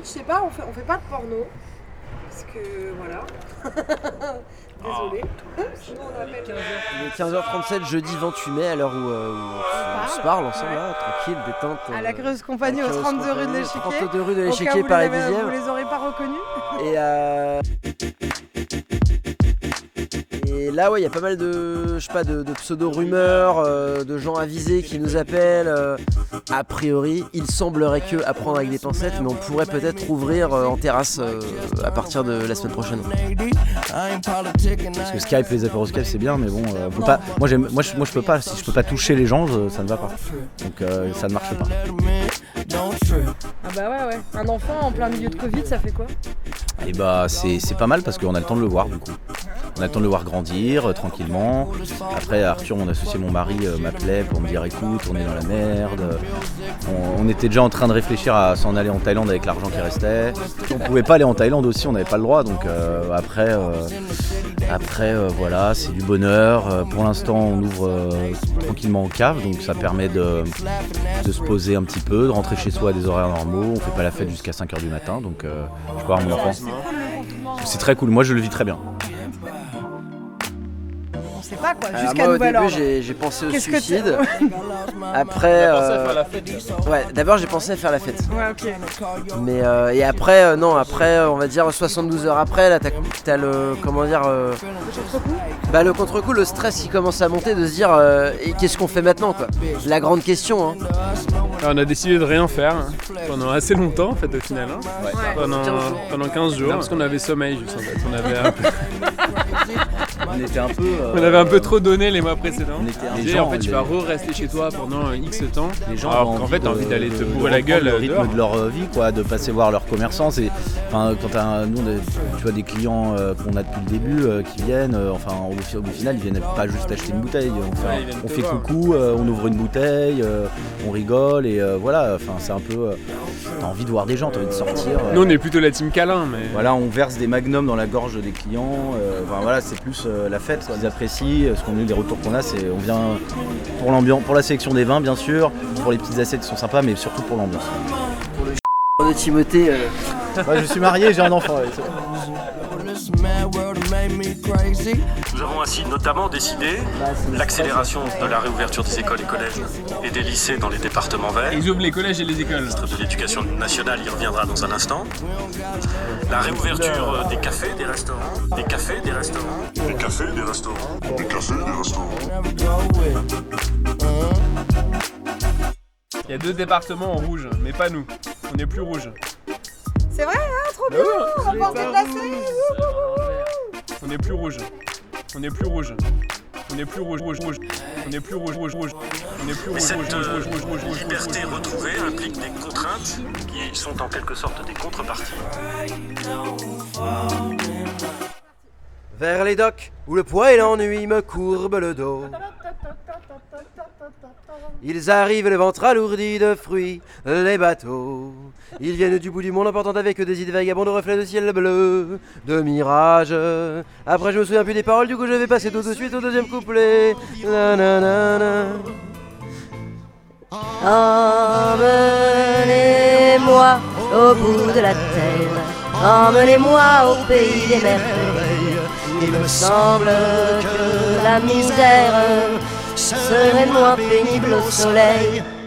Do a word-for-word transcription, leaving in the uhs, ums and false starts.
sais pas, on fait, on fait pas de porno. Parce que voilà. Désolé. Sinon, on appelle... Il est quinze heures trente-sept, jeudi vingt-huit mai, à l'heure où, euh, où on se parle ensemble, là, tranquille, détente. À la Creuse Compagnie, au trente-deux rue de l'Échiquier. trente-deux rue de l'Échiquier, Paris dixième. Vous les aurez pas reconnus. Et euh... Et là, ouais, il y a pas mal de, je sais pas, de, de pseudo-rumeurs, euh, de gens avisés qui nous appellent. Euh, a priori, il semblerait que, à prendre avec des pincettes, mais on pourrait peut-être ouvrir euh, en terrasse euh, à partir de la semaine prochaine. Parce que Skype, les apéros Skype, c'est bien, mais bon, euh, on peut pas. Moi, j'aime, moi, je, moi, je peux pas. Si je peux pas toucher les gens, ça ne va pas. Donc, euh, ça ne marche pas. Ah bah ouais, ouais. Un enfant en plein milieu de Covid, ça fait quoi? Et bah, c'est, c'est pas mal parce qu'on a le temps de le voir, du coup. On a le temps de le voir grandir euh, tranquillement. Après, Arthur, mon associé, mon mari, euh, m'appelait pour me dire écoute, on est dans la merde. On, on était déjà en train de réfléchir à s'en aller en Thaïlande avec l'argent qui restait. On pouvait pas aller en Thaïlande aussi, on n'avait pas le droit. Donc euh, après, euh, après euh, voilà, c'est du bonheur. Euh, pour l'instant, on ouvre euh, tranquillement en cave, donc ça permet de, de se poser un petit peu, de rentrer chez soi à des horaires normaux. On fait pas la fête jusqu'à cinq heures du matin, donc euh, je peux voir mon enfant. C'est très cool, moi je le vis très bien. On sait pas quoi, Alors jusqu'à moi, nouvel au début, ordre. j'ai, j'ai pensé au Qu'est-ce que suicide. Après, T'as pensé à euh, faire la fête là. ouais, d'abord j'ai pensé à faire la fête. Ouais, ok. Mais euh, et après, euh, non, après, on va dire soixante-douze heures après, là, t'as, t'as le, comment dire, euh, bah le contre-coup, le stress qui commence à monter, de se dire, euh, et qu'est-ce qu'on fait maintenant, quoi. La grande question, hein. Alors, on a décidé de rien faire hein, pendant assez longtemps en fait au final. Hein. Ouais. Pendant, pendant quinze jours, parce qu'on avait sommeil juste en fait. On avait un peu, On était un peu. Euh, on avait un peu trop donné les mois précédents. On était un Et gens, en fait tu les- vas re-rester chez toi pendant X temps. Les gens alors ont qu'en fait t'as envie de- d'aller te de- bourrer de la gueule reprendre le rythme dehors. de leur vie, quoi, de passer voir leurs commerçants. C'est, enfin, quand t'as, nous, on a, tu vois des clients euh, qu'on a depuis le début euh, qui viennent, euh, enfin, au, au final, ils viennent pas juste acheter une bouteille. On fait, Ouais, ils viennent on te fait voir. coucou, euh, on ouvre une bouteille, euh, on rigole et euh, voilà. Enfin, c'est un peu, euh, t'as envie de voir des gens, t'as envie de sortir. euh, Nous on est plutôt la team câlin mais. Voilà, on verse des magnums dans la gorge des clients. Euh, enfin, voilà, c'est plus euh, la fête, ils apprécient. Ce qu'on a, des retours qu'on a, c'est on vient pour l'ambiance, pour la sélection des vins, bien sûr, pour les petites assiettes qui sont sympas, mais surtout pour l'ambiance. De Timothée, euh, Moi, je suis marié, j'ai un enfant. ouais, c'est- Nous avons ainsi notamment décidé l'accélération de la réouverture des écoles et collèges et des lycées dans les départements verts. Ils ouvrent les collèges et les écoles. Le ministre de l'Éducation nationale y reviendra dans un instant. La réouverture des cafés, des restaurants, des cafés, des restaurants. Des cafés, des restaurants. Des cafés, des restaurants. Il y a deux départements en rouge, mais pas nous. On est plus rouge. C'est vrai, hein, trop bien. Oh, Remporter de la série. On est plus rouge. On est plus rouge. On est plus rouge, rouge, rouge. On est plus rouge, rouge, rouge. On est plus Mais rouge, cette rouge, rouge, euh, rouge, rouge, rouge, rouge, liberté rouge, rouge. retrouvée implique des contraintes qui sont en quelque sorte des contreparties. vers les docks, où le poids et l'ennui me courbent le dos. Ils arrivent le ventre alourdi de fruits, les bateaux. Ils viennent du bout du monde emportant avec eux des idées vagabondes de reflets de ciel bleu, de mirages. Après je me souviens plus des paroles, du coup je vais passer tout de suite au deuxième couplet. Na, na, na, na. Emmenez-moi au bout de la terre, emmenez-moi au pays des merveilles. Il me semble que la misère serait moins pénible au soleil.